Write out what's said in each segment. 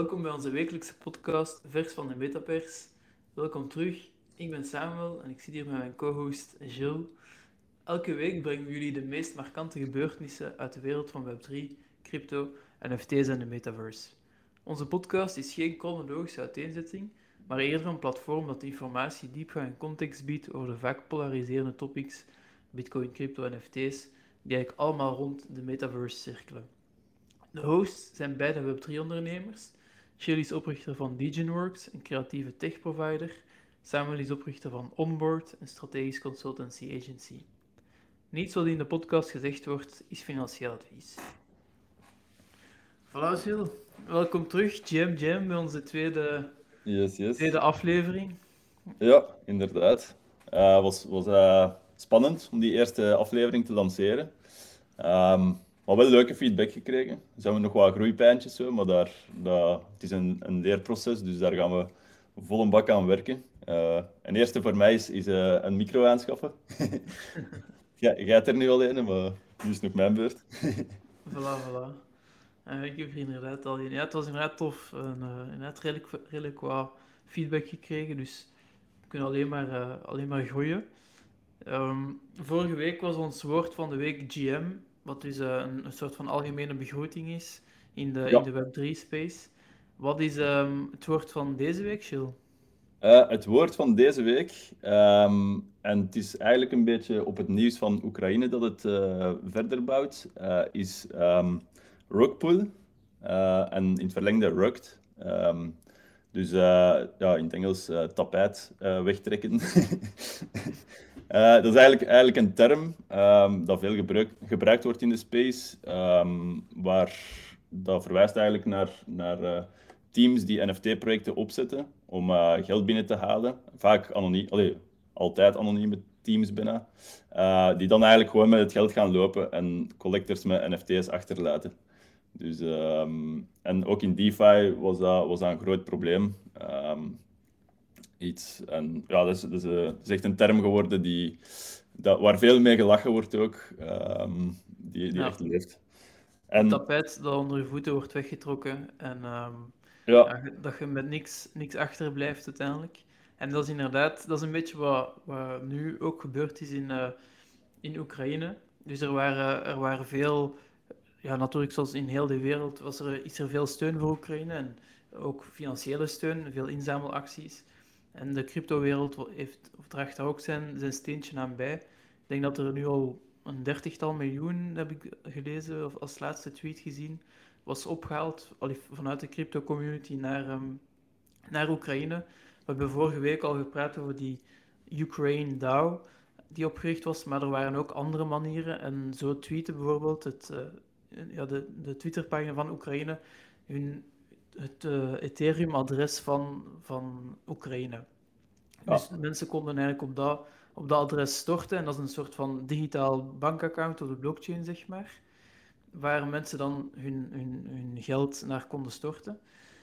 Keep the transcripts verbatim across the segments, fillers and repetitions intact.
Welkom bij onze wekelijkse podcast Vers van de Metapers. Welkom terug, ik ben Samuel en ik zit hier met mijn co-host Gilles. Elke week brengen we jullie de meest markante gebeurtenissen uit de wereld van web drie, crypto, N F T's en de metaverse. Onze podcast is geen chronologische uiteenzetting, maar eerder een platform dat informatie, diepgang en context biedt over de vaak polariserende topics Bitcoin, crypto en N F T's, die eigenlijk allemaal rond de metaverse cirkelen. De hosts zijn beide web drie ondernemers. Gilles is oprichter van DegenWorks, een creatieve tech-provider. Samuel is oprichter van Onboard, een strategisch consultancy agency. Niets wat in de podcast gezegd wordt, is financieel advies. Voilà, Gilles. Welkom terug, Jam Jam, bij onze tweede, Yes, yes. tweede aflevering. Ja, inderdaad. Het uh, was, was uh, spannend om die eerste aflevering te lanceren. Um, maar wel leuke feedback gekregen. Er zijn nog wat groeipijntjes, zo, maar daar, dat, het is een, een leerproces, dus daar gaan we vol een bak aan werken. Uh, en eerste voor mij is, is uh, een micro aanschaffen. Jij hebt er nu al een, maar nu is het nog mijn beurt. Voilà, voilà. Uh, ik heb er inderdaad al een. Ja, het was inderdaad tof. En, uh, inderdaad redelijk, redelijk wat feedback gekregen, dus we kunnen alleen maar, uh, alleen maar groeien. Um, vorige week was ons woord van de week G M, wat dus uh, een, een soort van algemene begroeting is in de, Ja. in de web drie space. Wat is um, het woord van deze week, Gilles? Uh, het woord van deze week, um, en het is eigenlijk een beetje op het nieuws van Oekraïne dat het uh, verder bouwt, uh, is um, rugpull uh, en in het verlengde rugged. Um, dus uh, ja, in het Engels uh, tapijt uh, wegtrekken. uh, dat is eigenlijk, eigenlijk een term um, dat veel gebruik, gebruikt wordt in de space, um, waar dat verwijst eigenlijk naar, naar uh, teams die N F T-projecten opzetten om uh, geld binnen te halen. Vaak anoniem, allee, altijd anonieme teams bijna. Uh, die dan eigenlijk gewoon met het geld gaan lopen en collectors met N F T's achterlaten. Dus, um, en ook in DeFi was dat, was dat een groot probleem. Um, iets, en ja, dat is, dat, is, uh, dat is echt een term geworden die, dat, waar veel mee gelachen wordt ook, um, die, die Ja. echt leeft. Een En, tapijt dat onder je voeten wordt weggetrokken en um, ja. ja, dat je met niks, niks achterblijft uiteindelijk. En dat is inderdaad, dat is een beetje wat, wat nu ook gebeurd is in, uh, in Oekraïne. Dus er waren, er waren veel, ja, natuurlijk zoals in heel de wereld, was er, is er veel steun voor Oekraïne en ook financiële steun, veel inzamelacties. En de cryptowereld heeft, of draagt daar ook zijn, zijn steentje aan bij. Ik denk dat er nu al een dertigtal miljoen, heb ik gelezen, of als laatste tweet gezien, was opgehaald allee, vanuit de crypto-community naar, um, naar Oekraïne. We hebben vorige week al gepraat over die Ukraine DAO die opgericht was, maar er waren ook andere manieren. En zo tweeten bijvoorbeeld het, uh, ja, de, de Twitterpagina van Oekraïne hun, het uh, Ethereum-adres van, van Oekraïne. Ja. Dus mensen konden eigenlijk op dat, op dat adres storten en dat is een soort van digitaal bankaccount op de blockchain, zeg maar, waar mensen dan hun, hun, hun geld naar konden storten.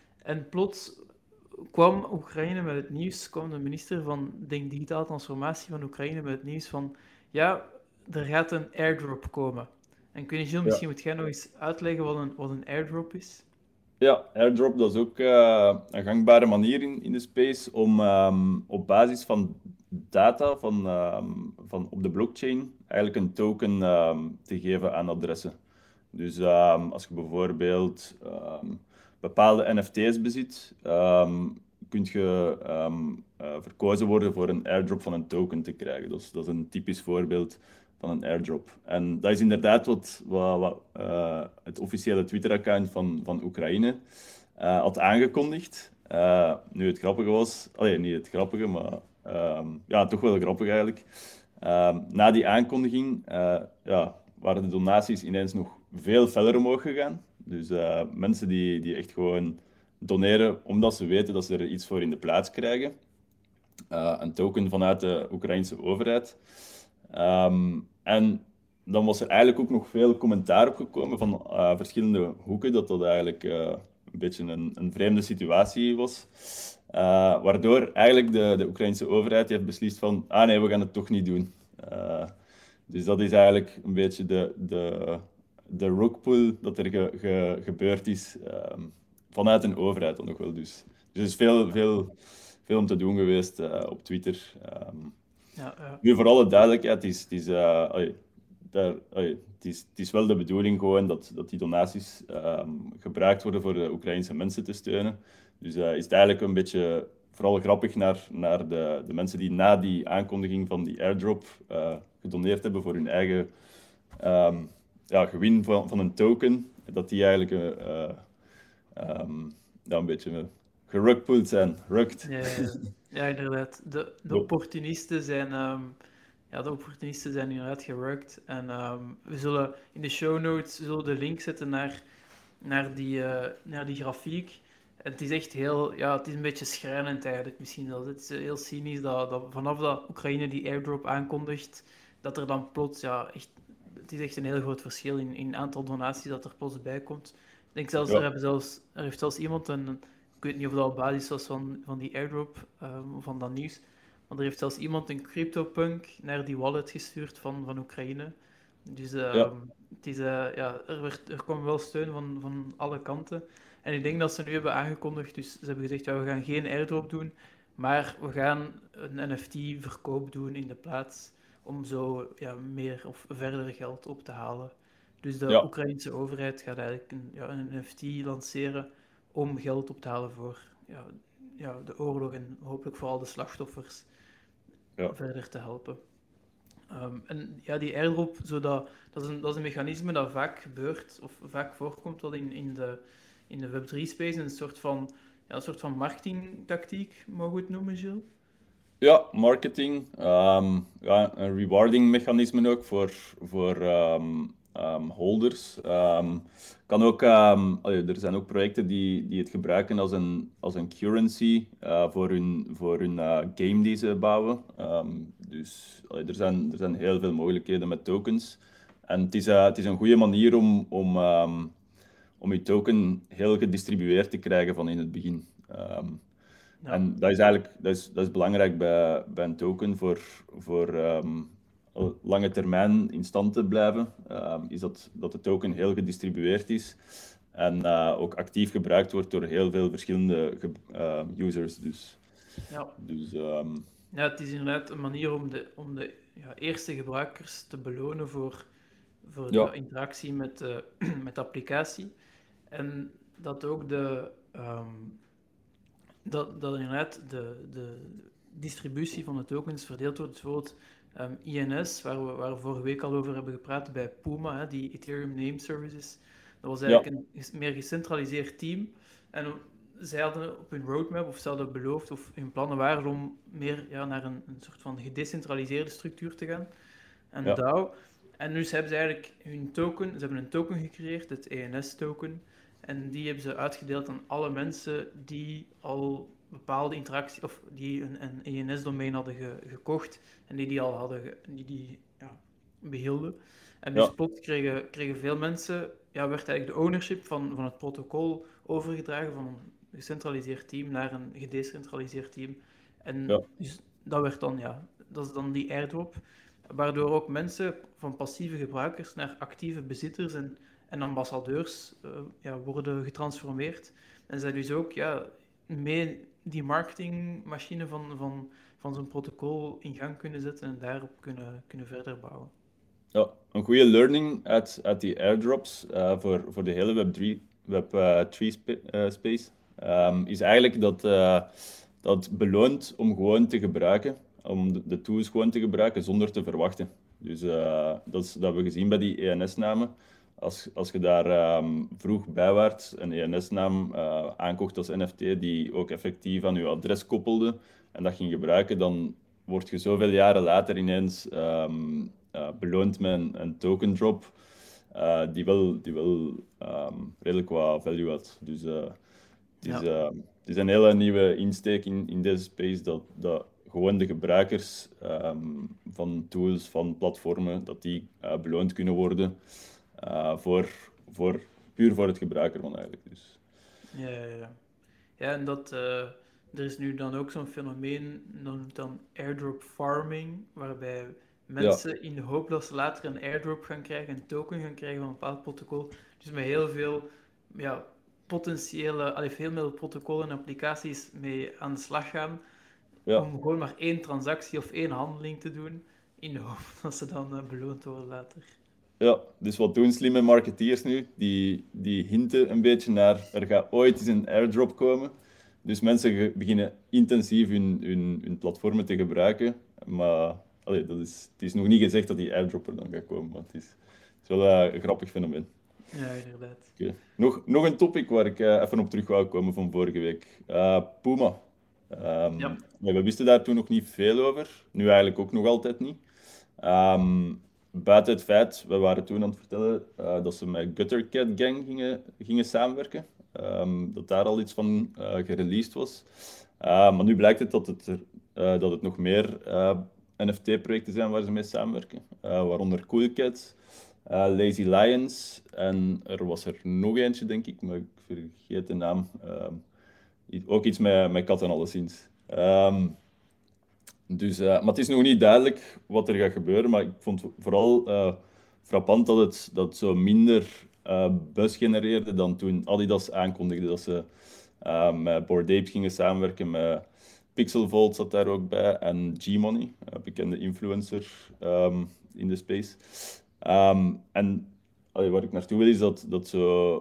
En plots kwam Oekraïne met het nieuws, kwam de minister van denk, digitale transformatie van Oekraïne met het nieuws van ja, er gaat een airdrop komen. En kun je, Gilles, misschien moet jij nog eens uitleggen wat een, wat een airdrop is? Ja, airdrop dat is ook uh, een gangbare manier in, in de space om um, op basis van data van, um, van op de blockchain eigenlijk een token um, te geven aan adressen. Dus um, als je bijvoorbeeld um, bepaalde N F T's bezit, um, kun je um, uh, verkozen worden voor een airdrop van een token te krijgen. Dus dat is een typisch voorbeeld van een airdrop. En dat is inderdaad wat, wat, wat uh, het officiële Twitter-account van, van Oekraïne uh, had aangekondigd. Uh, nu het grappige was, allee, niet het grappige, maar um, ja, toch wel grappig eigenlijk. Um, na die aankondiging uh, ja, waren de donaties ineens nog veel feller omhoog gegaan. Dus uh, mensen die, die echt gewoon doneren omdat ze weten dat ze er iets voor in de plaats krijgen. Uh, een token vanuit de Oekraïnse overheid. Um, en dan was er eigenlijk ook nog veel commentaar opgekomen van uh, verschillende hoeken, dat dat eigenlijk uh, een beetje een, een vreemde situatie was. Uh, waardoor eigenlijk de, de Oekraïnse overheid heeft beslist van, ah nee, we gaan het toch niet doen. Uh, dus dat is eigenlijk een beetje de, de, de rugpull dat er ge, ge, gebeurd is um, vanuit een overheid dan nog wel. Dus, dus er is veel, veel, veel om te doen geweest uh, op Twitter. Um, Ja, ja. nu, voor alle duidelijkheid, het is, het is, uh, allee, daar, allee, het is, het is wel de bedoeling gewoon dat, dat die donaties um, gebruikt worden voor de Oekraïnse mensen te steunen. Dus uh, is het eigenlijk een beetje vooral grappig naar, naar de, de mensen die na die aankondiging van die airdrop uh, gedoneerd hebben voor hun eigen um, ja, gewin van, van een token, dat die eigenlijk uh, um, ja, een beetje gerugpulled zijn. Rugged. Ja, ja, ja, inderdaad. De, de Jo. opportunisten zijn, ehm, ja, de opportunisten zijn inderdaad gerukt. En ehm, we zullen in de show notes zullen de link zetten naar, naar, die, eh, naar die grafiek. En het is echt heel, ja, het is een beetje schrijnend eigenlijk misschien zelfs. Het is heel cynisch dat, dat vanaf dat Oekraïne die airdrop aankondigt, dat er dan plots, ja, echt, het is echt een heel groot verschil in in het aantal donaties dat er plots bij komt. Ik denk zelfs, er, Ja, hebben zelfs, er heeft zelfs iemand een, ik weet niet of dat op basis was van, van die airdrop, um, van dat nieuws. Maar er heeft zelfs iemand een CryptoPunk naar die wallet gestuurd van, van Oekraïne. Dus ja, uh, het is, uh, ja, er, werd, er kwam wel steun van, van alle kanten. En ik denk dat ze nu hebben aangekondigd, dus ze hebben gezegd, ja, we gaan geen airdrop doen, maar we gaan een N F T-verkoop doen in de plaats om zo ja, meer of verder geld op te halen. Dus de ja, Oekraïnse overheid gaat eigenlijk een, ja, een N F T lanceren om geld op te halen voor ja, ja, de oorlog en hopelijk vooral de slachtoffers ja, verder te helpen. Um, en ja, die airdrop, zo dat, dat, is een, dat is een mechanisme dat vaak gebeurt, of vaak voorkomt wel in, in de, in de web drie space, een soort van, ja, een soort van marketingtactiek, mogen we het noemen, Gilles? ja, marketing, um, ja, een rewarding mechanisme ook voor, voor um, um, holders. Um, kan ook, um, allee, er zijn ook projecten die, die het gebruiken als een, als een currency uh, voor hun, voor hun uh, game die ze bouwen. Um, dus allee, er zijn, er zijn heel veel mogelijkheden met tokens. En het is, uh, het is een goede manier om, om, um, om je token heel gedistribueerd te krijgen van in het begin. Um, Ja, En dat is eigenlijk dat is, dat is belangrijk bij, bij een token voor, voor ehm, lange termijn in stand te blijven. Ehm, is dat, dat de token heel gedistribueerd is en eh, ook actief gebruikt wordt door heel veel verschillende ge- eh, users. Dus, ja. dus ehm, Ja, het is inderdaad een manier om de, om de ja, eerste gebruikers te belonen voor, voor de ja, interactie met de, met de applicatie. En dat ook de, ehm, dat, dat inderdaad de, de distributie van de tokens verdeeld wordt. Dus bijvoorbeeld ehm, I N S, waar we, waar we vorige week al over hebben gepraat bij Puma, hè, die Ethereum Name Services. Dat was ja, eigenlijk een ges- meer gecentraliseerd team. En zij hadden op hun roadmap, of ze hadden beloofd, of hun plannen waren om meer ja, naar een, een soort van gedecentraliseerde structuur te gaan. Een ja, DAO. En dus hebben ze eigenlijk hun token, ze hebben een token gecreëerd, het E N S-token. En die hebben ze uitgedeeld aan alle mensen die al bepaalde interactie, of die een, een E N S-domein hadden ge- gekocht en die die al hadden, ge- die, die ja, behielden. En dus ja, plots kregen, kregen veel mensen, ja, werd eigenlijk de ownership van, van het protocol overgedragen van een gecentraliseerd team naar een gedecentraliseerd team. En ja, dus dat werd dan, ja, dat is dan die airdrop, waardoor ook mensen van passieve gebruikers naar actieve bezitters en, en ambassadeurs uh, ja, worden getransformeerd. En zij dus ook ja, mee die marketingmachine van, van, van zo'n protocol in gang kunnen zetten en daarop kunnen, kunnen verder bouwen. ja. Een goede learning uit, uit die airdrops eh, voor, voor de hele web drie, web, eh, drie spa- eh, space ehm, is eigenlijk dat, eh, dat beloont om gewoon te gebruiken, om de, de tools gewoon te gebruiken zonder te verwachten. Dus eh, dat, is, dat hebben we gezien bij die E N S-namen. Als, als je daar ehm, vroeg bij waart, een E N S-naam eh, aankocht als N F T die ook effectief aan je adres koppelde en dat ging gebruiken, dan word je zoveel jaren later ineens ehm, eh, beloond met een, een token drop eh, die wel, die wel ehm, redelijk wat value had. Dus eh, het is, Ja, eh, het is een hele nieuwe insteek in, in deze space dat, dat gewoon de gebruikers ehm, van tools, van platformen, dat die eh, beloond kunnen worden eh, voor, voor, puur voor het gebruiker van eigenlijk. Dus, ja, ja. Ja, ja en dat, eh, er is nu dan ook zo'n fenomeen, dat noemt dan airdrop farming, waarbij ja, mensen in de hoop dat ze later een airdrop gaan krijgen, een token gaan krijgen van een bepaald protocol, dus met heel veel ja, potentiële, allee, veel meer protocollen en applicaties mee aan de slag gaan, Ja, om gewoon maar één transactie of één handeling te doen, in de hoop dat ze dan uh, beloond worden later. ja. Dus wat doen slimme marketeers nu? Die, die hinten een beetje naar, er gaat ooit eens een airdrop komen. Dus mensen ge- beginnen intensief hun, hun, hun platformen te gebruiken. Maar allee, dat is, het is nog niet gezegd dat die airdrop er dan gaat komen. Maar het is, het is wel eh, een grappig fenomeen. Ja, inderdaad. Oké. Nog, nog een topic waar ik eh, even op terug wou komen van vorige week. Eh, Puma. Ehm, Ja, ja, we wisten daar toen nog niet veel over. Nu eigenlijk ook nog altijd niet. Ehm, buiten het feit, we waren toen aan het vertellen eh, dat ze met Gutter Cat Gang gingen, gingen samenwerken. Ehm, dat daar al iets van eh gereleased was. Eh, maar nu blijkt het dat het, er, eh, dat het nog meer eh, N F T-projecten zijn waar ze mee samenwerken. Eh, waaronder Cool Cats, eh, Lazy Lions en er was er nog eentje, denk ik, maar ik vergeet de naam. Ehm, i- ook iets met, met katten alleszins. Ehm, dus, eh, maar het is nog niet duidelijk wat er gaat gebeuren. Maar ik vond vooral eh, frappant dat het, dat het zo minder eh buzz genereerde dan toen Adidas aankondigde dat ze eh, met Bored Ape gingen samenwerken. Met Pixel Vault zat daar ook bij en G-Money, een bekende influencer ehm, in de space. Ehm, en allee, waar ik naartoe wil is dat, dat zo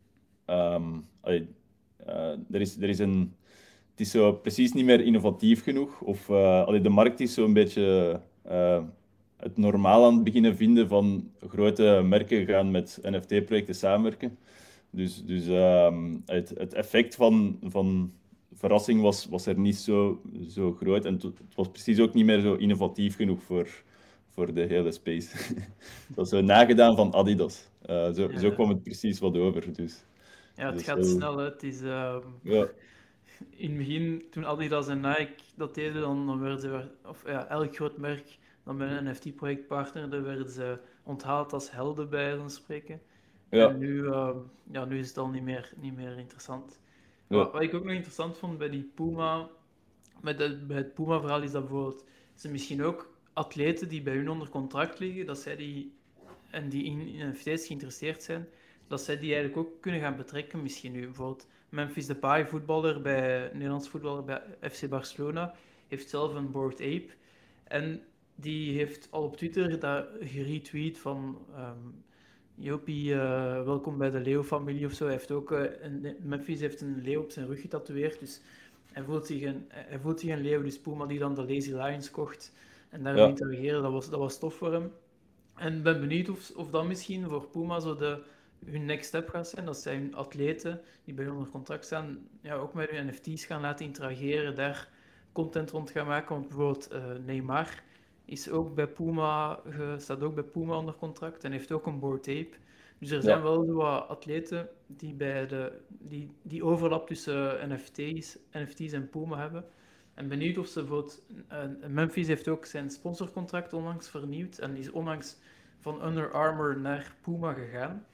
Ehm, allee, eh, er is, er is een, het is zo precies niet meer innovatief genoeg. Of eh, allee, de markt is zo een beetje eh, het normaal aan het beginnen vinden van grote merken gaan met N F T-projecten samenwerken. Dus, dus ehm, het, het effect van, van verrassing was, was er niet zo, zo groot. En het, het was precies ook niet meer zo innovatief genoeg voor, voor de hele space. Het was zo nagedaan van Adidas. Eh, zo, zo ja. kwam het precies wat over. Dus. Ja, het Dus gaat wel, snel. Hè. Het is, ehm, ja, in het begin, toen Adidas en Nike dat deden, dan, dan werden ze, weer- of ja, elk groot merk dat met een N F T-project partnerde, werden ze onthaald als helden bij wijze van spreken. ja, En nu, ehm, ja, nu is het al niet meer, niet meer interessant. ja, Wat, wat ik ook nog interessant vond bij die Puma, met de, bij het Puma-verhaal, is dat bijvoorbeeld ze misschien ook atleten die bij hun onder contract liggen, dat zij die, en die in N F T's geïnteresseerd zijn, dat zij die eigenlijk ook kunnen gaan betrekken. Misschien nu bijvoorbeeld Memphis Depay, voetballer bij Nederlands voetballer bij F C Barcelona, heeft zelf een Bored Ape. En die heeft al op Twitter dat geretweet van ehm, Jopie, eh, welkom bij de Leeuw-familie of zo. Hij heeft ook, eh, een, Memphis heeft een leeuw op zijn rug getatoeëerd, dus hij voelt zich een, hij voelt zich een leeuw. Dus Puma die dan de Lazy Lions kocht en daarmee ja, interageren, dat was, dat was tof voor hem. En ik ben benieuwd of, of dat misschien voor Puma zo de, hun next step gaat zijn. Dat zij hun atleten die bij hun onder contract staan, ja, ook met hun N F T's gaan laten interageren, daar content rond gaan maken. Want bijvoorbeeld eh, Neymar is ook bij Puma, ge- staat ook bij Puma onder contract en heeft ook een Bored Ape. Dus er zijn ja, wel zo wat atleten die, bij de, die, die overlap tussen N F T's, N F T's en Puma hebben. En benieuwd of ze bijvoorbeeld... eh, Memphis heeft ook zijn sponsorcontract onlangs vernieuwd en is onlangs van Under Armour naar Puma gegaan.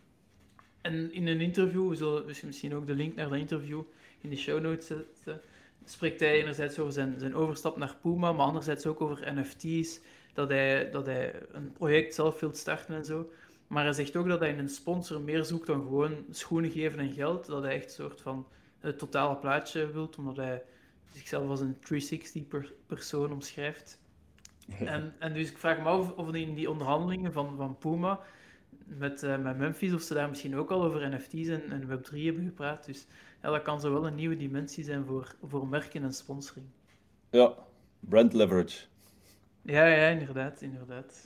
En in een interview, we zullen dus misschien ook de link naar dat interview in de show notes zetten, spreekt hij enerzijds over zijn, zijn overstap naar Puma, maar anderzijds ook over N F T's, dat hij, dat hij een project zelf wil starten en zo. Maar hij zegt ook dat hij in een sponsor meer zoekt dan gewoon schoenen geven en geld, dat hij echt een soort van het totale plaatje wilt, omdat hij zichzelf als een driehonderdzestig per persoon omschrijft. En, en dus ik vraag me af of in die onderhandelingen van, van Puma met, uh, met Memphis, of ze daar misschien ook al over N F T's en, en Web drie hebben gepraat. Dus ja, dat kan zo wel een nieuwe dimensie zijn voor, voor merken en sponsoring. ja. Brand leverage. Ja, ja, inderdaad, inderdaad.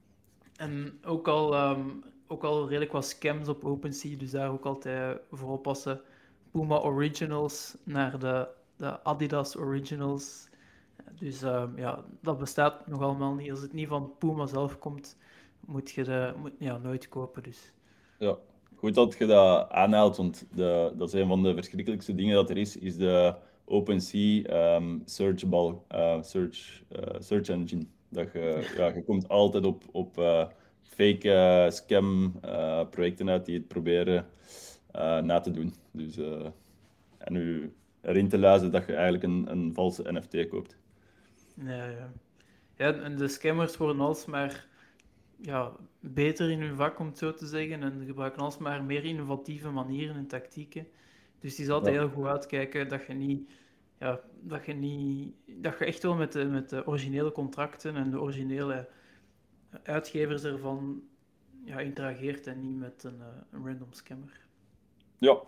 En ook al, ehm, ook al redelijk wat scams op OpenSea, dus daar ook altijd voor oppassen. Puma Originals naar de, de Adidas Originals. Dus ehm, ja, dat bestaat nog allemaal niet. Als het niet van Puma zelf komt, moet je de, moet, ja, nooit kopen. Dus. Ja. Goed dat je dat aanhaalt, want de, dat is een van de verschrikkelijkste dingen dat er is, is de OpenSea ehm searchable, eh, search, eh, search engine. Dat je, ja, je komt altijd op, op eh, fake eh, scam eh, projecten uit die het proberen eh, na te doen. Dus, eh, en u erin te luisteren dat je eigenlijk een, een valse N F T koopt. Ja, ja. Ja, en de scammers worden alsmaar ja, beter in hun vak, om het zo te zeggen, en gebruiken alsmaar meer innovatieve manieren en tactieken. Dus die is altijd Ja. heel goed uitkijken dat je niet, ja, dat je niet, dat je echt wel met de, met de originele contracten en de originele uitgevers ervan ja, interageert en niet met een, eh, een random scammer. Ja,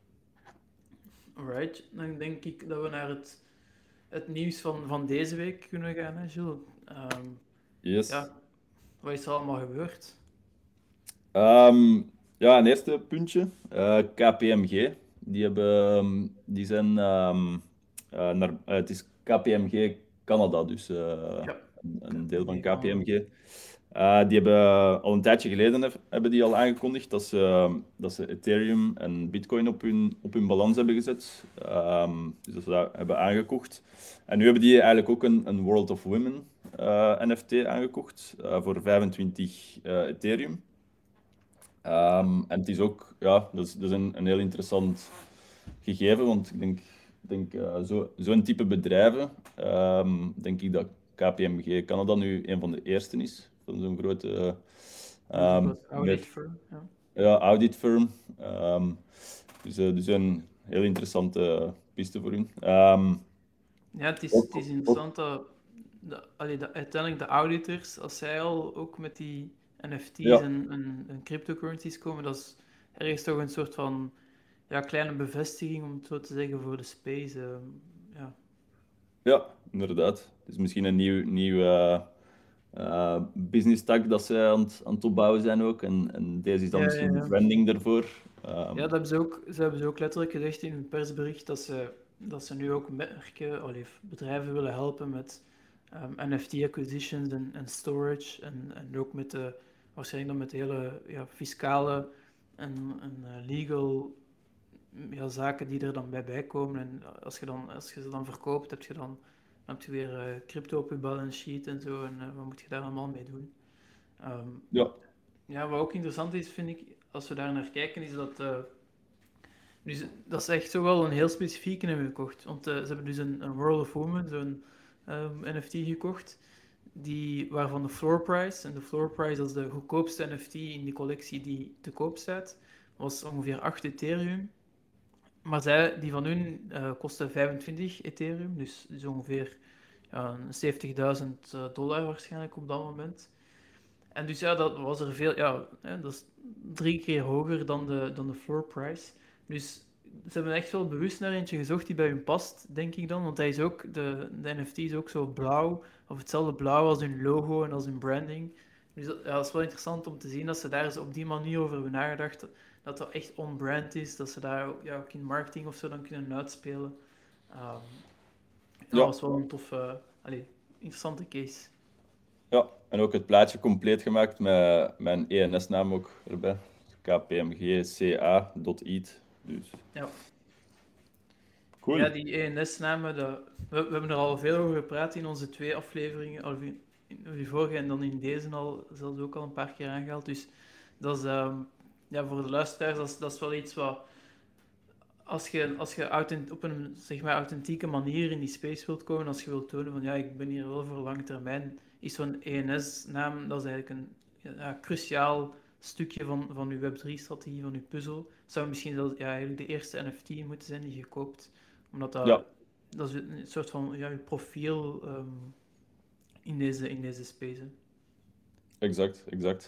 Alright, dan denk ik dat we naar het, het nieuws van, van deze week kunnen gaan, hè, Jules. Ehm, yes. ja, wat is er allemaal gebeurd? Ehm, ja, een eerste puntje. eh, K P M G. Die hebben, ehm, die zijn, ehm, eh, naar, eh, het is K P M G Canada, dus eh, Ja, een een deel van K P M G Canada. K P M G. Eh, die hebben al een tijdje geleden heb- hebben die al aangekondigd dat ze, dat ze Ethereum en Bitcoin op hun, op hun balans hebben gezet. Ehm, dus dat ze dat hebben aangekocht. En nu hebben die eigenlijk ook een, een World of Women eh, N F T aangekocht eh, voor vijfentwintig eh, Ethereum. Ehm, en het is ook, ja, dat is, dat is een, een heel interessant gegeven, want ik denk, denk eh, zo, zo'n type bedrijven, ehm, denk ik dat K P M G Canada nu een van de eerste is, van zo'n grote Dat is een ehm groot mer- auditfirm. Ja. ja, auditfirm. Ehm, dus, eh, dus een heel interessante piste voor hun. Ehm, Ja, het is, het ook, is ook, interessant dat, de, allee, dat uiteindelijk de auditors, als zij al ook met die N F T's ja, en, en, en cryptocurrencies komen, dat is ergens toch een soort van ja, kleine bevestiging, om het zo te zeggen, voor de space. ehm, ja. ja, inderdaad. Het is misschien een nieuw, nieuw eh, eh, business tag dat ze aan het, aan het opbouwen zijn ook. En, en deze is dan Ja, ja, misschien de ja. branding daarvoor. Ja, Ehm, dat hebben ze ook, ze hebben ze ook letterlijk gezegd in hun persbericht dat ze, dat ze nu ook merken, allee, bedrijven willen helpen met ehm, N F T acquisitions en, en storage. En, en ook met de, waarschijnlijk dan met de hele ja, fiscale en, en eh, legal ja, zaken die er dan bij bijkomen. En als je, dan, als je ze dan verkoopt, heb je dan, dan heb je weer eh, crypto op je balance sheet en zo. En eh, wat moet je daar allemaal mee doen? Ehm, ja, ja, wat ook interessant is, vind ik, als we daar naar kijken, is dat. eh, dus dat is echt zo wel een heel specifieke hebben gekocht. Want eh, ze hebben dus een, een World of Women, zo'n ehm, N F T gekocht, die, waarvan de floor price, en de floor price dat is de goedkoopste N F T in die collectie die te koop staat, was ongeveer acht Ethereum. Maar zij, die van hun eh kostte vijfentwintig Ethereum, dus, dus ongeveer ja, zeventigduizend eh, dollar waarschijnlijk op dat moment. En dus ja, dat was er veel, ja, hè, dat is drie keer hoger dan de, dan de floor price. Dus ze hebben echt wel bewust naar eentje gezocht die bij hun past, denk ik dan. Want hij is ook, de, de N F T is ook zo blauw, of hetzelfde blauw als hun logo en als hun branding. Dus dat, ja, dat is wel interessant om te zien dat ze daar eens op die manier over hebben nagedacht. Dat dat echt on-brand is, dat ze daar ook, ja, ook in marketing of zo dan kunnen uitspelen. Ehm, ja, dat ja, was wel een toffe, allee, interessante case. ja. En ook het plaatje compleet gemaakt met mijn E N S-naam ook erbij. K P M G C A dot I T. Dus Ja. cool. Ja, die E N S-namen, dat... we, we hebben er al veel over gepraat in onze twee afleveringen, of in, in die vorige en dan in deze al, zelfs ook al een paar keer aangehaald. Dus dat is, ehm, ja, voor de luisteraars, dat is, dat is wel iets wat, als je, als je authent, op een zeg maar, authentieke manier in die space wilt komen, als je wilt tonen van, ja, ik ben hier wel voor lange termijn, is zo'n E N S-naam, dat is eigenlijk een ja, cruciaal stukje van, van je web drie strategie, van je puzzel. Zou misschien zelfs, ja, eigenlijk de eerste N F T moeten zijn die je koopt, omdat dat, Ja, dat is een soort van ja, je profiel ehm, in, deze, in deze space. Hè. exact, exact.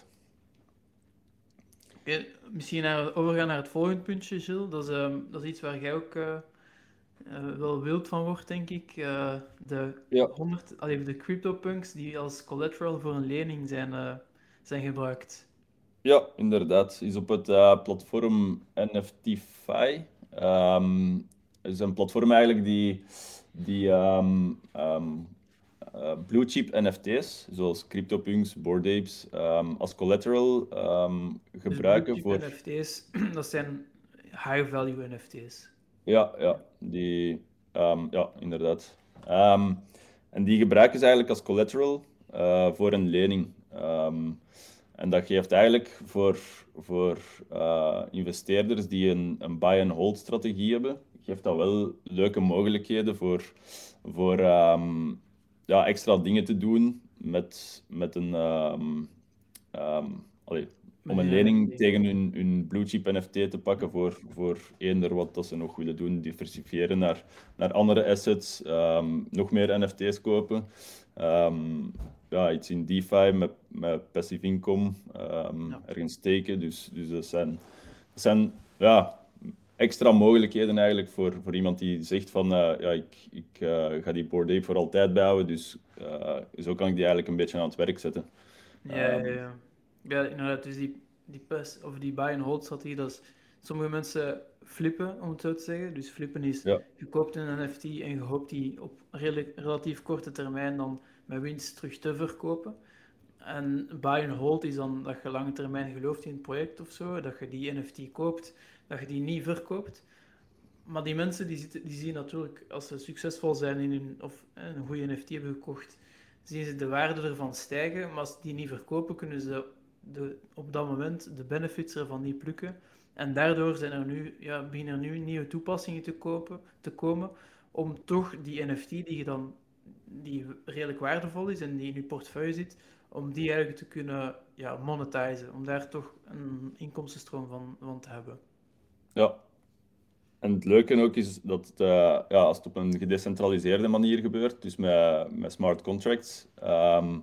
Oké, misschien naar, overgaan naar het volgende puntje, Gilles. Dat is, ehm, dat is iets waar jij ook eh, eh, wel wild van wordt, denk ik. Eh, de, Ja, honderd, allee, de CryptoPunks die als collateral voor een lening zijn, eh, zijn gebruikt. ja, inderdaad. Is op het eh, platform NFTFi. Ehm het is een platform eigenlijk die, die ehm, ehm, eh, blue chip N F T's, zoals CryptoPunks, Bored Apes, ehm, als collateral ehm, Dus blue gebruiken chip voor. N F T's, dat zijn high value N F T's. Ja, ja, die, ehm, ja, inderdaad. Ehm, en die gebruiken ze eigenlijk als collateral eh, voor een lening. Ehm, en dat geeft eigenlijk voor, voor eh, investeerders die een, een buy-and-hold strategie hebben, geeft dat wel leuke mogelijkheden voor, voor ehm, ja, extra dingen te doen met, met een, ehm, ehm, allee, Met om een een lening N F T. tegen hun, hun blue chip N F T te pakken voor, voor eender wat dat ze nog willen doen, diversifiëren naar, naar andere assets, ehm, nog meer N F T's kopen. Ehm, ja, iets in DeFi met, met passive income, ehm, Ja. ergens steken. Dus, dus dat zijn, dat zijn ja, extra mogelijkheden eigenlijk voor, voor iemand die zegt van eh, ja, ik, ik eh, ga die Bored Ape voor altijd bijhouden, dus eh, zo kan ik die eigenlijk een beetje aan het werk zetten. Ja, ja, Ehm, ja. Ja, inderdaad. Dus die, die pes, of die buy-and-hold strategie, dat is... Sommige mensen flippen, om het zo te zeggen. Dus flippen is, ja, je koopt een N F T en je hoopt die op redelijk, relatief korte termijn dan met winst terug te verkopen. En buy-and-hold is dan dat je lange termijn gelooft in het project of zo, dat je die N F T koopt, dat je die niet verkoopt. Maar die mensen die, zitten, die zien natuurlijk, als ze succesvol zijn in hun, of eh, een goede N F T hebben gekocht, zien ze de waarde ervan stijgen. Maar als ze die niet verkopen, kunnen ze de, op dat moment de benefits ervan niet plukken. En daardoor zijn er nu, ja, beginnen er nu nieuwe toepassingen te, kopen, te komen om toch die N F T die je dan, die redelijk waardevol is en die in je portefeuille zit, om die eigenlijk te kunnen ja, monetizen. Om daar toch een inkomstenstroom van, van te hebben. ja. En het leuke ook is dat het, eh, ja, als het op een gedecentraliseerde manier gebeurt, dus met, met smart contracts, ehm,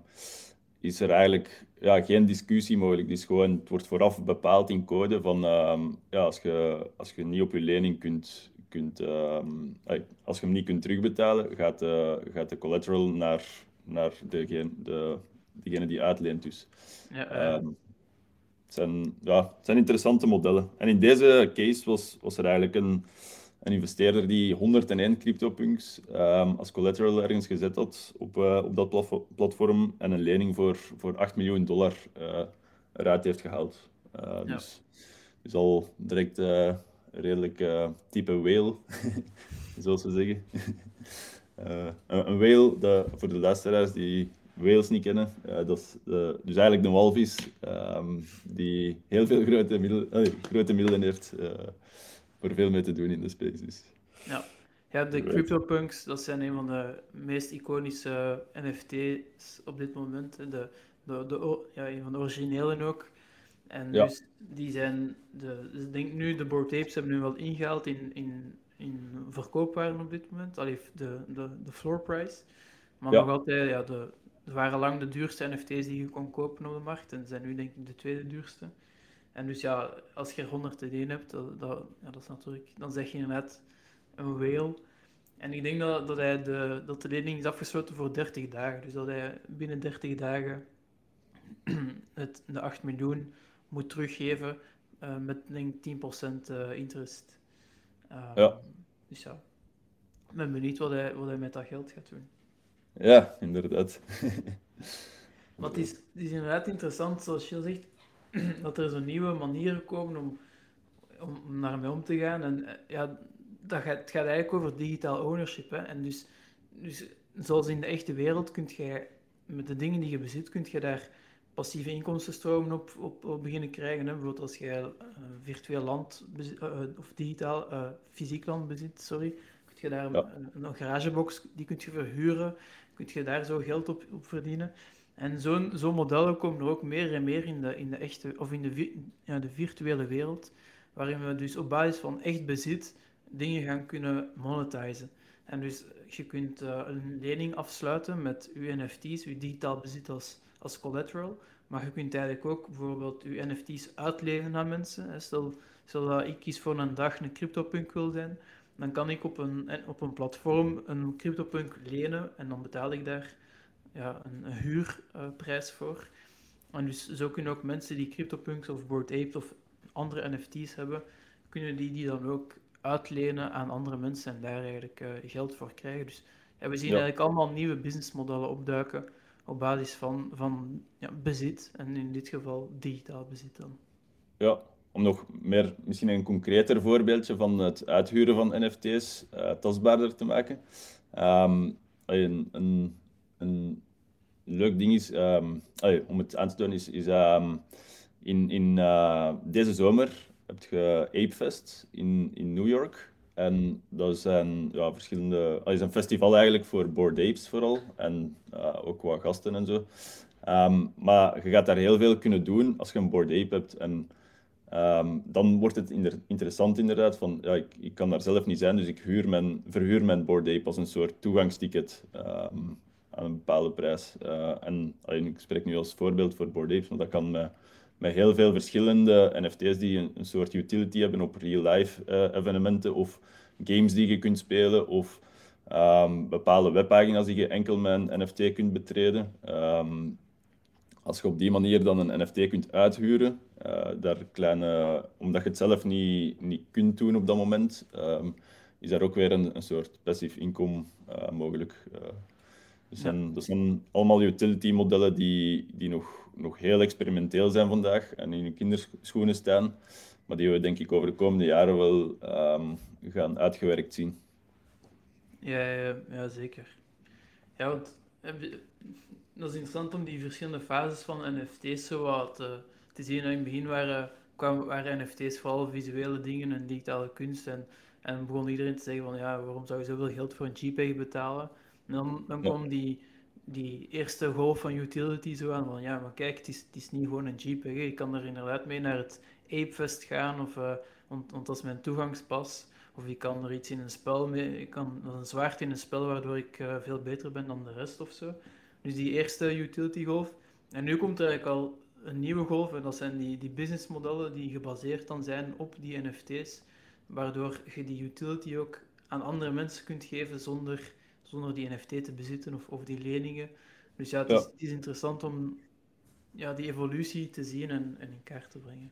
is er eigenlijk ja, geen discussie mogelijk. Dus gewoon, het wordt vooraf bepaald in code van ehm, ja, als je, als je niet op je lening kunt, kunt ehm, ey, als je hem niet kunt terugbetalen, gaat de, gaat de collateral naar, naar degene, de, degene die uitleent. Dus. Ja, eh, Ehm, het zijn, ja, het zijn interessante modellen. En in deze case was, was er eigenlijk een, een investeerder die honderdéén CryptoPunks um, als collateral ergens gezet had op, uh, op dat plafo- platform en een lening voor, voor acht miljoen dollar uh, eruit heeft gehaald. Uh, ja. dus, dus al direct uh, redelijk uh, type whale, zoals we zeggen. Uh, een, een whale, dat, voor de luisteraars die whales niet kennen, uh, dat is uh, dus eigenlijk een walvis um, die heel veel grote, middel, uh, grote middelen heeft uh, voor veel mee te doen in de space. Dus. Ja. Ja, de Right. CryptoPunks, dat zijn een van de meest iconische N F T's op dit moment. hè. De, de, de, o- ja, een van de originelen ook. En Ja, dus die zijn, de, dus ik denk nu, de Bored Apes hebben nu wel ingehaald in, in, in verkoopwaarde op dit moment. Allee, de, de, de floor price. Maar nog ja, altijd, ja, de, het waren lang de duurste N F T's die je kon kopen op de markt. En zijn nu denk ik de tweede duurste. En dus ja, als je er honderdéén hebt, dat, dat, ja, dat is natuurlijk, dan zeg je inderdaad een whale. En ik denk dat, dat, hij de, dat de lening is afgesloten voor dertig dagen. Dus dat hij binnen dertig dagen het, de acht miljoen moet teruggeven uh, met denk ik tien procent uh, interest. Um, ja, dus ja, ik ben benieuwd wat hij, wat hij met dat geld gaat doen. ja, inderdaad. Maar het is, het is inderdaad interessant, zoals je zegt, dat er zo'n nieuwe manieren komen om, om, om daarmee om te gaan. En uh, ja, dat gaat, het gaat eigenlijk over digitaal ownership. Hè? En dus, dus zoals in de echte wereld kun je met de dingen die je bezit, kun je daar passieve inkomstenstromen op, op, op beginnen krijgen. Hè? Bijvoorbeeld als je uh, virtueel land bezit, uh, of digitaal uh, fysiek land bezit, sorry, kun je daar Ja, een, een garagebox die kun je verhuren, kun je daar zo geld op, op verdienen. En zo'n zo'n modellen komen er ook meer en meer in de, in de echte, of in de, vi- ja, de virtuele wereld, waarin we dus op basis van echt bezit dingen gaan kunnen monetizen. En dus je kunt uh, een lening afsluiten met je N F T's, je digitaal bezit als, als collateral, maar je kunt eigenlijk ook bijvoorbeeld je N F T's uitlenen aan mensen. Stel, stel dat ik kies voor een dag een CryptoPunk wil zijn, dan kan ik op een, op een platform een CryptoPunk lenen en dan betaal ik daar ja, een, een huurprijs uh, voor. En dus zo kunnen ook mensen die CryptoPunks of Bored Apes of andere N F T's hebben, kunnen die die dan ook uitlenen aan andere mensen en daar eigenlijk uh, geld voor krijgen. Dus ja, we zien ja, eigenlijk allemaal nieuwe businessmodellen opduiken op basis van, van ja, bezit en in dit geval digitaal bezit dan. ja. Om nog meer, misschien een concreter voorbeeldje van het uithuren van N F T's uh, tastbaarder te maken. Um, een, een, een leuk ding is, um, allee, om het aan te tonen, is, is um, in, in uh, deze zomer heb je Apefest in, in New York. En dat zijn ja, verschillende, dat is een festival eigenlijk voor Bored Apes vooral. En uh, ook wat gasten en zo. Ehm, maar je gaat daar heel veel kunnen doen als je een Bored Ape hebt. En ehm, dan wordt het inder- interessant inderdaad van, ja, ik, ik kan daar zelf niet zijn, dus ik huur mijn, verhuur mijn Bored Ape als een soort toegangsticket ehm, aan een bepaalde prijs. Eh, en allee, ik spreek nu als voorbeeld voor Bored Apes, want dat kan met, met heel veel verschillende N F T's die een, een soort utility hebben op real-life eh, evenementen of games die je kunt spelen of ehm, bepaalde webpagina's die je enkel met een N F T kunt betreden. Ehm, als je op die manier dan een N F T kunt uithuren, eh, daar kleine, omdat je het zelf niet, niet kunt doen op dat moment, ehm, is daar ook weer een, een soort passief inkomen eh, mogelijk. Eh, dus Ja, zijn, dat zijn allemaal utility modellen die, die nog, nog heel experimenteel zijn vandaag en in de kinderschoenen staan, maar die we denk ik over de komende jaren wel ehm, gaan uitgewerkt zien. ja, ja, ja, zeker. Ja, want heb je- dat is interessant om die verschillende fases van N F T's zo wat te, te zien. In het begin waren, kwamen, waren N F T's vooral visuele dingen en digitale kunst. En, en begon iedereen te zeggen van ja, waarom zou je zoveel geld voor een JPEG betalen? En dan, dan Ja, kwam die, die eerste golf van utility zo aan van ja, maar kijk, het is, het is niet gewoon een JPEG. hè. Je kan er inderdaad mee naar het Apefest gaan, of, eh, want, want dat is mijn toegangspas. Of je kan er iets in een spel mee, ik kan dat is een zwaard in een spel waardoor ik eh, veel beter ben dan de rest of zo. Dus die eerste utility golf. En nu komt er eigenlijk al een nieuwe golf, en dat zijn die, die businessmodellen die gebaseerd dan zijn op die N F T's, waardoor je die utility ook aan andere mensen kunt geven zonder, zonder die N F T te bezitten of, of die leningen. Dus ja, het is, ja, het is interessant om ja, die evolutie te zien en, en in kaart te brengen.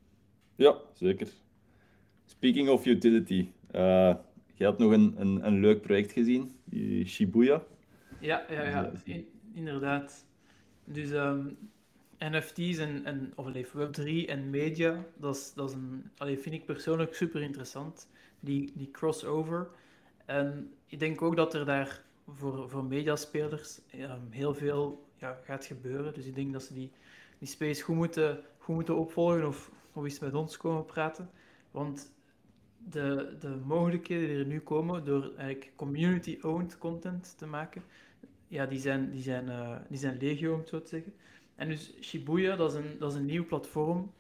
ja, zeker. Speaking of utility, eh je had nog een, een, een leuk project gezien, die Shibuya. Ja, ja, Is dat- ja, is dat- in- inderdaad. Dus ehm, N F T's en, en of allee, web drie en media, dat is, dat is een, allee, vind ik persoonlijk super interessant, die, die crossover. En ik denk ook dat er daar voor, voor mediaspelers ehm, heel veel ja, gaat gebeuren. Dus ik denk dat ze die, die space goed moeten, goed moeten opvolgen of, of eens met ons komen praten. Want de, de mogelijkheden die er nu komen door eigenlijk community-owned content te maken, ja, die zijn, die zijn, eh, die zijn legio, om het zo te zeggen. En dus Shibuya, dat is een, dat is een nieuw platform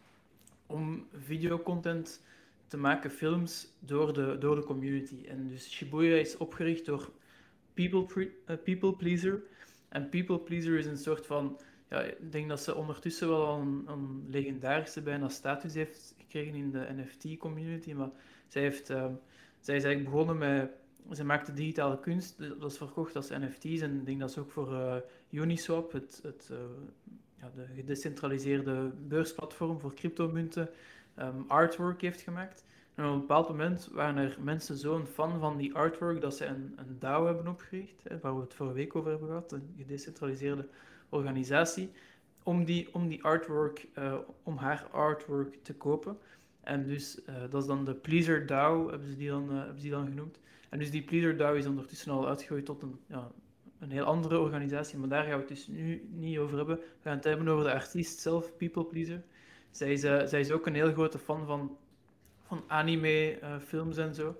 om videocontent te maken, films, door de, door de community. En dus Shibuya is opgericht door People, Pre- eh, People Pleaser. En People Pleaser is een soort van... Ja, ik denk dat ze ondertussen wel al een, een legendarische bijna status heeft gekregen in de N F T-community. Maar zij, heeft, ehm, zij is eigenlijk begonnen met... Ze maakte digitale kunst, dat is verkocht als N F T's. En ik denk dat ze ook voor eh, Uniswap, het, het eh, ja, de gedecentraliseerde beursplatform voor cryptomunten, ehm, artwork heeft gemaakt. En op een bepaald moment waren er mensen zo'n fan van die artwork dat ze een, een DAO hebben opgericht, hè, waar we het vorige week over hebben gehad, een gedecentraliseerde organisatie, om die, om die artwork, uh, om haar artwork te kopen. En dus, uh, dat is dan de Pleaser DAO, hebben ze die dan, uh, hebben ze die dan genoemd. En dus die Pleaser DAO is ondertussen al uitgegroeid tot een, ja, een heel andere organisatie, maar daar gaan we het dus nu niet over hebben. We gaan het hebben over de artiest zelf, People Pleaser. Zij is, uh, zij is ook een heel grote fan van van anime-films uh, en zo.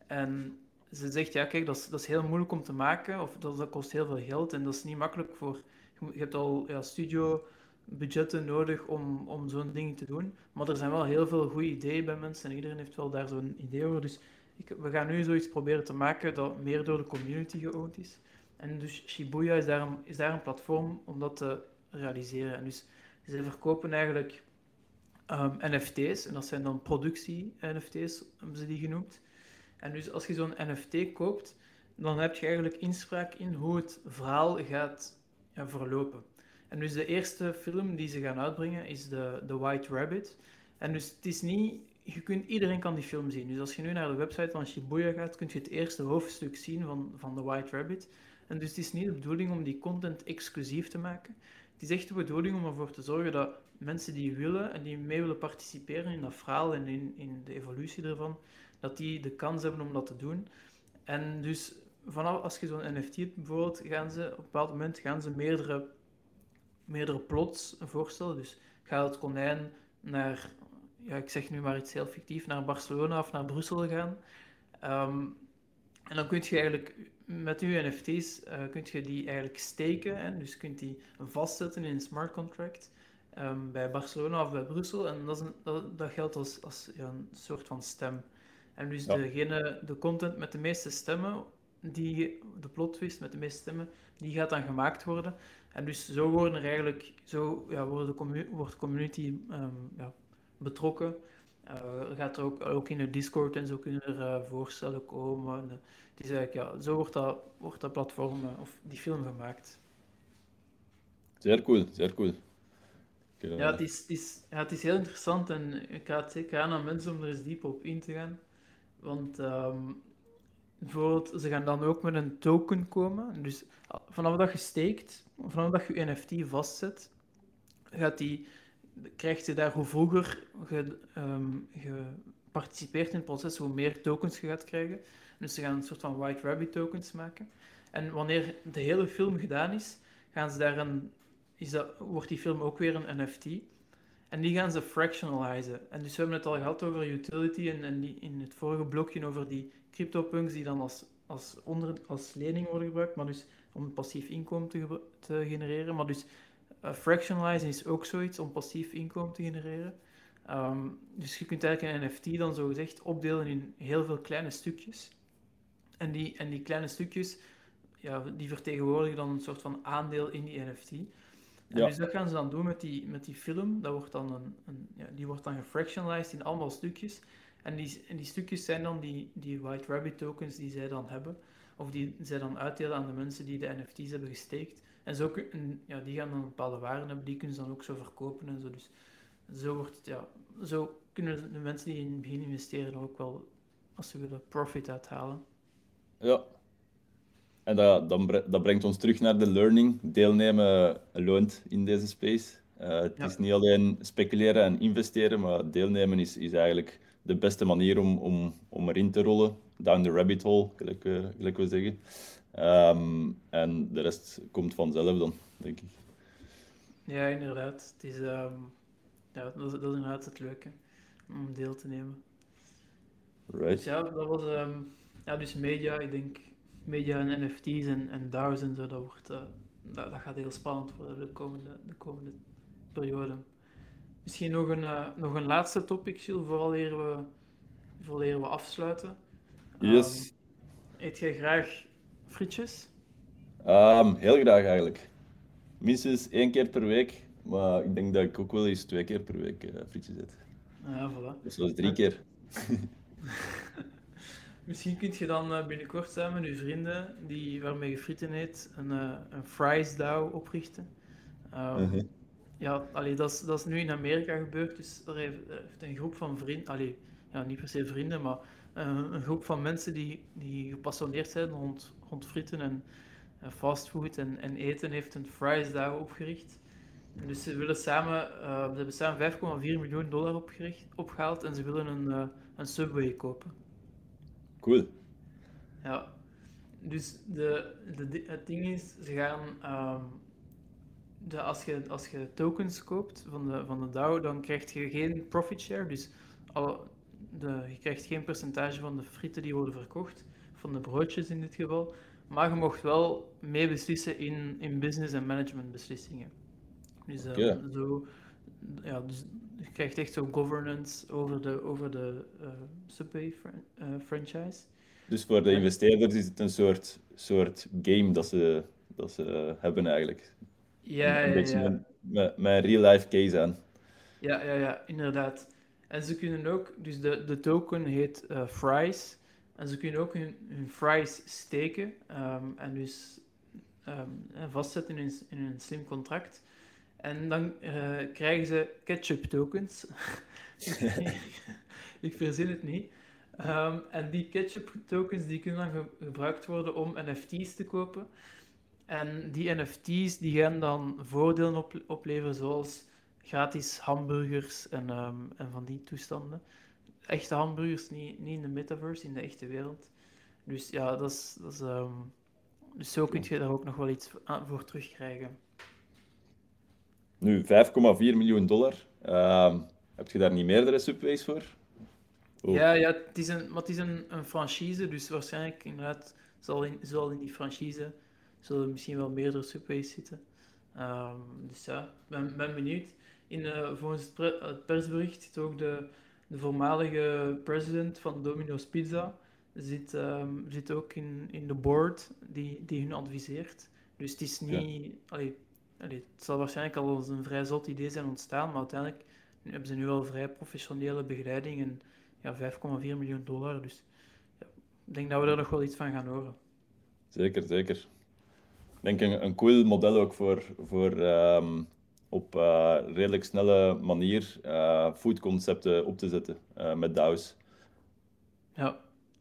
En ze zegt, ja, kijk, dat is, dat is heel moeilijk om te maken, of dat, dat kost heel veel geld en dat is niet makkelijk voor... Je, moet, je hebt al ja, studio-budgetten nodig om, om zo'n ding te doen, maar er zijn wel heel veel goede ideeën bij mensen en iedereen heeft wel daar zo'n idee over. Dus ik, we gaan nu zoiets proberen te maken dat meer door de community geowned is. En dus Shibuya is daar een, is daar een platform om dat te realiseren. En dus ze verkopen eigenlijk um, N F T's, en dat zijn dan productie-N F T's, hebben ze die genoemd. En dus als je zo'n N F T koopt, dan heb je eigenlijk inspraak in hoe het verhaal gaat ja, verlopen. En dus de eerste film die ze gaan uitbrengen is de, The White Rabbit. En dus het is niet... Je kunt, iedereen kan die film zien. Dus als je nu naar de website van Shibuya gaat, kun je het eerste hoofdstuk zien van, van The White Rabbit. En dus het is niet de bedoeling om die content exclusief te maken. Het is echt de bedoeling om ervoor te zorgen dat mensen die willen en die mee willen participeren in dat verhaal en in, in de evolutie ervan, dat die de kans hebben om dat te doen. En dus vanaf als je zo'n N F T hebt bijvoorbeeld, gaan ze op een bepaald moment gaan ze meerdere, meerdere plots voorstellen. Dus gaat het konijn naar, ja, ik zeg nu maar iets heel fictief, naar Barcelona of naar Brussel gaan. Um, en dan kun je eigenlijk met uw N F T's uh, kun je die eigenlijk staken. Hè? Dus je kunt die vastzetten in een smart contract um, bij Barcelona of bij Brussel. En dat, is een, dat, dat geldt als, als ja, een soort van stem. En dus Ja, degene, de content met de meeste stemmen, die, de plot twist met de meeste stemmen, die gaat dan gemaakt worden. En dus zo worden er eigenlijk, zo ja, wordt de commu wordt de community um, ja, betrokken. Uh, er gaat er ook, ook in de Discord en zo kunnen er uh, voorstellen komen. De, het is eigenlijk, ja, zo wordt dat, wordt dat platform uh, of die film gemaakt. zeer cool, zeer cool. Ik, Ja, uh, het is, het is, ja, het is heel interessant en ik raad zeker aan aan mensen om er eens diep op in te gaan. Want um, bijvoorbeeld, ze gaan dan ook met een token komen. Dus vanaf dat je steekt, vanaf dat je je N F T vastzet, gaat die, krijg je daar hoe vroeger je, um, je participeert in het proces, hoe meer tokens je gaat krijgen. Dus ze gaan een soort van White Rabbit tokens maken. En wanneer de hele film gedaan is, gaan ze daar een, is dat, wordt die film ook weer een N F T. En die gaan ze fractionalizen. En dus we hebben het al gehad over utility en, en die, in het vorige blokje over die CryptoPunks die dan als, als, onder, als lening worden gebruikt, maar dus om passief inkomen te, te genereren. Maar dus uh, fractionalizen is ook zoiets om passief inkomen te genereren. Um, dus je kunt eigenlijk een N F T dan zogezegd opdelen in heel veel kleine stukjes. En die, en die kleine stukjes, ja, die vertegenwoordigen dan een soort van aandeel in die N F T. En ja, dus dat gaan ze dan doen met die, met die film. Dat wordt dan een, een, ja, die wordt dan gefractionalized in allemaal stukjes. En die, en die stukjes zijn dan die, die White Rabbit tokens die zij dan hebben. Of die zij dan uitdelen aan de mensen die de N F T's hebben gesteekt. En zo kun, ja, die gaan dan bepaalde waarden hebben. Die kunnen ze dan ook zo verkopen en zo. Dus zo, wordt het, ja, zo kunnen de mensen die in het begin investeren er ook wel, als ze willen, profit uithalen. ja. En dat, dan bre- dat brengt ons terug naar de learning. Deelnemen loont in deze space. Uh, het is Ja, niet alleen speculeren en investeren, maar deelnemen is, is eigenlijk de beste manier om, om, om erin te rollen. Down the rabbit hole, gelijk we, gelijk we zeggen. Um, en de rest komt vanzelf dan, denk ik. ja inderdaad. Het is, um, ja, dat, is, dat is inderdaad het leuke, om deel te nemen. Dus Right. ja, dat was um, ja, dus media. Ik denk media en N F T's en, en DAO's en zo, dat, wordt, uh, dat, dat gaat heel spannend worden de komende, de komende periode. Misschien nog een, uh, nog een laatste topic, Gilles, vooral we, vooraleer we afsluiten. Um, Yes. eet jij graag frietjes? Um, heel graag eigenlijk. Minstens één keer per week. Maar ik denk dat ik ook wel eens twee keer per week uh, frietjes eet. Ja, voilà. Dus zelfs drie Uh, keer. Misschien kun je dan uh, binnenkort samen met je vrienden, die, waarmee je frieten eet, een, uh, een fries DAO oprichten. Um, Uh-huh. ja, allee, dat is, dat is nu in Amerika gebeurd, dus er heeft, er heeft een groep van vrienden, allee, ja, niet per se vrienden, maar uh, een groep van mensen die, die gepassioneerd zijn rond, rond frieten en uh, fastfood en, en eten, heeft een fries DAO opgericht. En dus ze willen samen, uh, ze hebben samen vijf komma vier miljoen dollar opgericht, opgehaald en ze willen een, uh, een Subway kopen. Cool. Ja, dus de, de, het ding is, ze gaan, um, de, als, je, als je tokens koopt van de, van de DAO, dan krijg je geen profit share. Dus al, de, je krijgt geen percentage van de frieten die worden verkocht, van de broodjes in dit geval. Maar je mocht wel meebeslissen in, in business- en managementbeslissingen. Dus, Oké. Okay. um, zo, ja, dus je krijgt echt zo governance over de, over de uh, Subway fran uh, franchise. Dus voor de En, investeerders is het een soort, soort game dat ze, dat ze hebben eigenlijk. Een, ja, een ja, beetje ja. een, met, met een real-life case aan. Ja, ja, ja, inderdaad. En ze kunnen ook, dus de, de token heet uh, Fries. En ze kunnen ook hun, hun fries steken um, en dus um, vastzetten in, in een slim contract. En dan uh, krijgen ze ketchup tokens. Ik verzin het niet. Um, en die ketchup tokens die kunnen dan ge gebruikt worden om N F T's te kopen. En die N F T's die gaan dan voordelen op opleveren, zoals gratis hamburgers en, um, en van die toestanden. Echte hamburgers, niet, niet in de metaverse, in de echte wereld. Dus ja, dat is, dat is, um, dus zo kun Okay. je daar ook nog wel iets voor terugkrijgen. Nu, vijf komma vier miljoen dollar. Um, heb je daar niet meerdere subways voor? Oh. Ja, ja, het is een, maar het is een, een franchise, dus waarschijnlijk inderdaad zal in, zal in die franchise zullen er misschien wel meerdere subways zitten. Ehm, dus ja, ik ben, ben benieuwd. In, eh, volgens het, pre- het persbericht zit ook de, de voormalige president van Domino's Pizza zit, ehm, zit ook in, in de board die, die hun adviseert. Dus het is Ja, niet... Allee, allee, het zal waarschijnlijk al als een vrij zot idee zijn ontstaan, maar uiteindelijk hebben ze nu al vrij professionele begeleiding en ja, vijf komma vier miljoen dollar. Dus ja, ik denk dat we er nog wel iets van gaan horen. zeker, zeker. Ik denk een, een cool model ook voor, voor ehm, op eh, redelijk snelle manier eh foodconcepten op te zetten eh, met DAO's. Ja.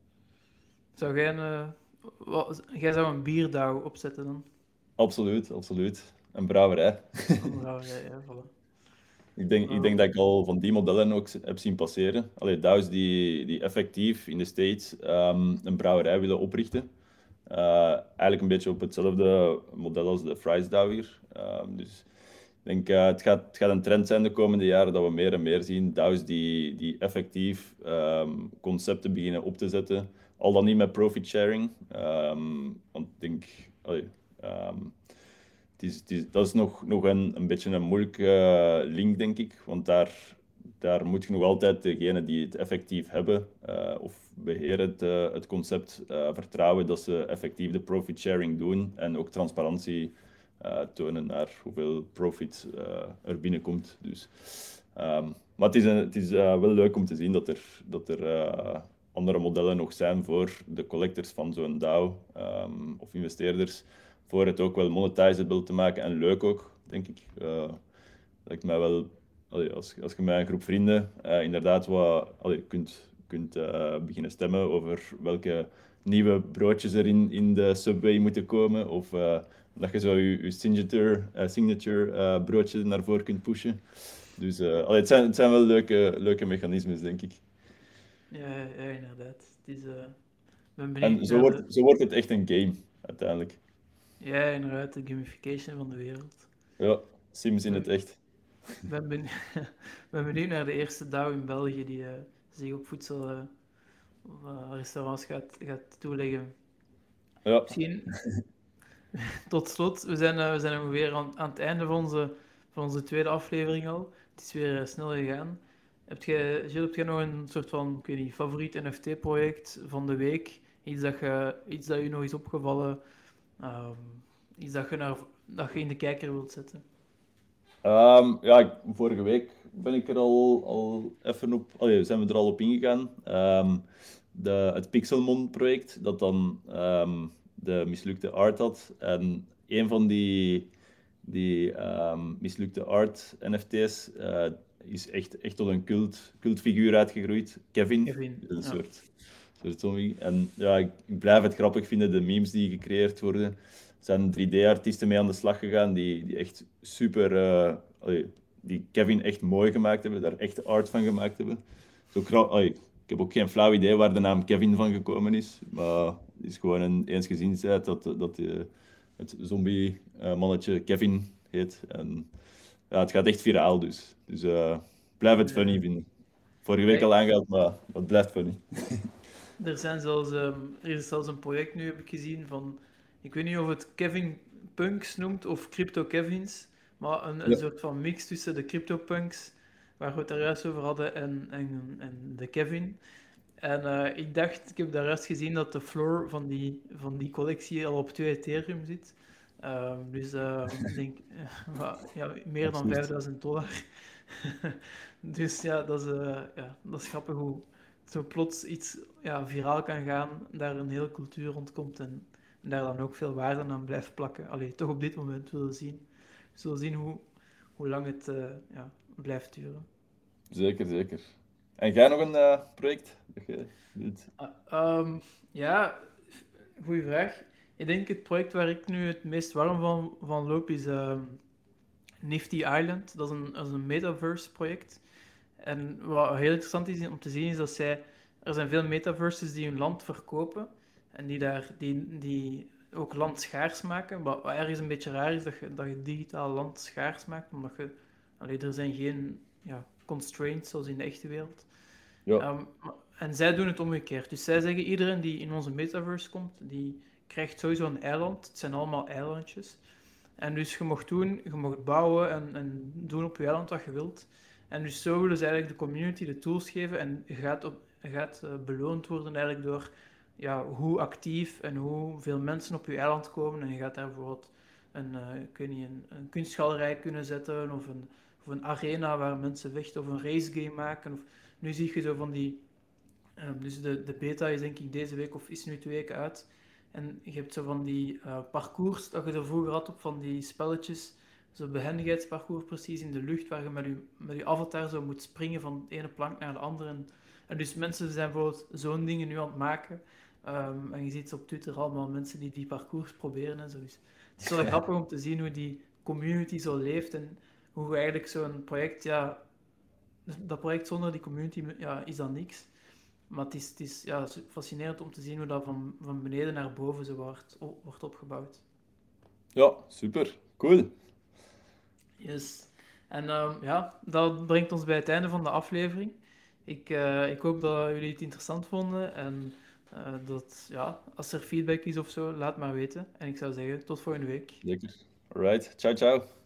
Zou jij een, eh, wat, jij zou een bierdauw opzetten dan? Absoluut, absoluut. Een brouwerij. Een brouwerij, ja, voilà. Ik denk, ik denk Wel, dat ik al van die modellen ook heb zien passeren. Allee, DAO's die, die effectief in de States ehm, een brouwerij willen oprichten. Eh, eigenlijk een beetje op hetzelfde model als de Fries DAO hier. Ehm, dus ik denk, uh, het gaat, het gaat een trend zijn de komende jaren dat we meer en meer zien. DAO's die, die effectief ehm, concepten beginnen op te zetten. Al dan niet met profit sharing. Ehm, want ik denk, allee, ehm, het is, het is, dat is nog, nog een, een beetje een moeilijke eh, link, denk ik. Want daar, daar moet je nog altijd degene die het effectief hebben eh, of beheren het, eh, het concept eh, vertrouwen dat ze effectief de profit sharing doen en ook transparantie eh, tonen naar hoeveel profit eh, er binnenkomt. Dus, ehm, maar het is, een, het is eh, wel leuk om te zien dat er, dat er eh, andere modellen nog zijn voor de collectors van zo'n DAO ehm, of investeerders voor het ook wel monetizable te maken en leuk ook, denk ik. Uh, lijkt mij wel, allee, als, als je met een groep vrienden uh, inderdaad wat allee, kunt, kunt uh, beginnen stemmen over welke nieuwe broodjes er in, in de Subway moeten komen, of uh, dat je zo je, je signature, uh, signature uh, broodje naar voren kunt pushen. Dus uh, allee, het, zijn, het zijn wel leuke, leuke mechanismes, denk ik. ja, ja, inderdaad. Het is, eh, ik ben benieuwd En zo naar wordt, de, zo wordt het echt een game, uiteindelijk. ja, inderdaad, de gamification van de wereld. Ja, Sims in Ik het echt. ben, ben, ben benieuwd naar de eerste DAO in België die eh, zich op voedselrestaurants gaat, gaat toeleggen. Ja. Misschien tot slot, we zijn, eh, we zijn ongeveer aan, aan het einde van onze, van onze tweede aflevering al. Het is weer eh, snel gegaan. Heb jij, Gilles, heb jij nog een soort van, ik weet niet, favoriet N F T-project van de week? Iets dat, je, iets dat je nog is opgevallen, ehm, iets dat je, naar, dat je in de kijker wilt zetten? Ehm, ja, ik- vorige week ben ik er al, al even op, allee, zijn we er al op ingegaan. Ehm, de, het Pixelmon-project, dat dan ehm, de mislukte art had. En een van die, die ehm, mislukte art N F T's eh, is echt, echt tot een cult, cultfiguur uitgegroeid. Kevin, Kevin, een ja. soort, soort zombie. En ja, ik, ik blijf het grappig vinden, de memes die gecreëerd worden. Er zijn drie D-artiesten mee aan de slag gegaan die, die echt super, eh, allee, die Kevin echt mooi gemaakt hebben, daar echt art van gemaakt hebben. Zo gra- allee, ik heb ook geen flauw idee waar de naam Kevin van gekomen is, maar het is gewoon een eensgezinsheid dat, dat eh, het zombie-mannetje Kevin heet. En ja, het gaat echt viraal dus. Dus eh, blijf het funny Ja. vinden. Vorige week al Hey, aangehaald, maar het blijft funny. er zijn zelfs, ehm, er is zelfs een project nu, heb ik gezien, van, ik weet niet of het Kevin Punks noemt of Crypto Kevins, maar een, een Ja. soort van mix tussen de Crypto Punks, waar we het daar juist over hadden, en, en, en de Kevin. En eh, ik dacht, ik heb daar juist gezien dat de floor van die, van die collectie al op twee Ethereum zit. Ehm, dus ehm, ik denk, eh, wa- ja, meer dan Absurd. vijfduizend dollar. Dus ja, dat is, eh, ja, dat is grappig hoe zo plots iets ja, viraal kan gaan, daar een hele cultuur rondkomt en, en daar dan ook veel waarde aan blijft plakken. Allee, toch op dit moment willen zien. We zullen zien hoe, hoe lang het eh, ja, blijft duren. Zeker, zeker. En jij nog een eh, project dat je doet? Ah, ehm, ja, goede vraag. Ik denk het project waar ik nu het meest warm van, van loop is ehm, Nifty Island. Dat is een, dat is een metaverse project. En wat heel interessant is om te zien is dat zij... Er zijn veel metaverses die hun land verkopen en die, daar, die, die ook land schaars maken. Wat, wat ergens een beetje raar is, dat je, dat je digitaal land schaars maakt, omdat je... Allee, er zijn geen ja, constraints zoals in de echte wereld. Ja. Um, en zij doen het omgekeerd. Dus zij zeggen, iedereen die in onze metaverse komt, die krijgt sowieso een eiland. Het zijn allemaal eilandjes. En dus je mocht doen, je mocht bouwen en, en doen op je eiland wat je wilt. En dus zo willen ze eigenlijk de community de tools geven en je gaat, op, je gaat uh, beloond worden eigenlijk door ja, hoe actief en hoeveel mensen op je eiland komen. En je gaat daar bijvoorbeeld een, uh, ik weet niet, een, een kunstgalerij kunnen zetten of een, of een arena waar mensen vechten of een race game maken. Of, nu zie je zo van die... Um, dus de, de beta is denk ik deze week of is nu twee weken uit. En je hebt zo van die uh, parcours dat je er vroeger had op van die spelletjes. Zo'n behendigheidsparcours precies in de lucht, waar je met je, met je avatar zo moet springen van de ene plank naar de andere. En, en dus mensen zijn bijvoorbeeld zo'n dingen nu aan het maken. Um, en je ziet op Twitter allemaal mensen die die parcours proberen en zo. Dus het is wel grappig om te zien hoe die community zo leeft en hoe eigenlijk zo'n project, ja, dat project zonder die community, ja, is dan niks. Maar het is, het is ja, fascinerend om te zien hoe dat van, van beneden naar boven zo wordt, wordt opgebouwd. Ja, super. Cool. Yes. En um, ja, dat brengt ons bij het einde van de aflevering. Ik, uh, ik hoop dat jullie het interessant vonden. En uh, dat, ja, als er feedback is of zo, laat maar weten. En ik zou zeggen, tot volgende week. Zeker. Alright. Ciao, ciao.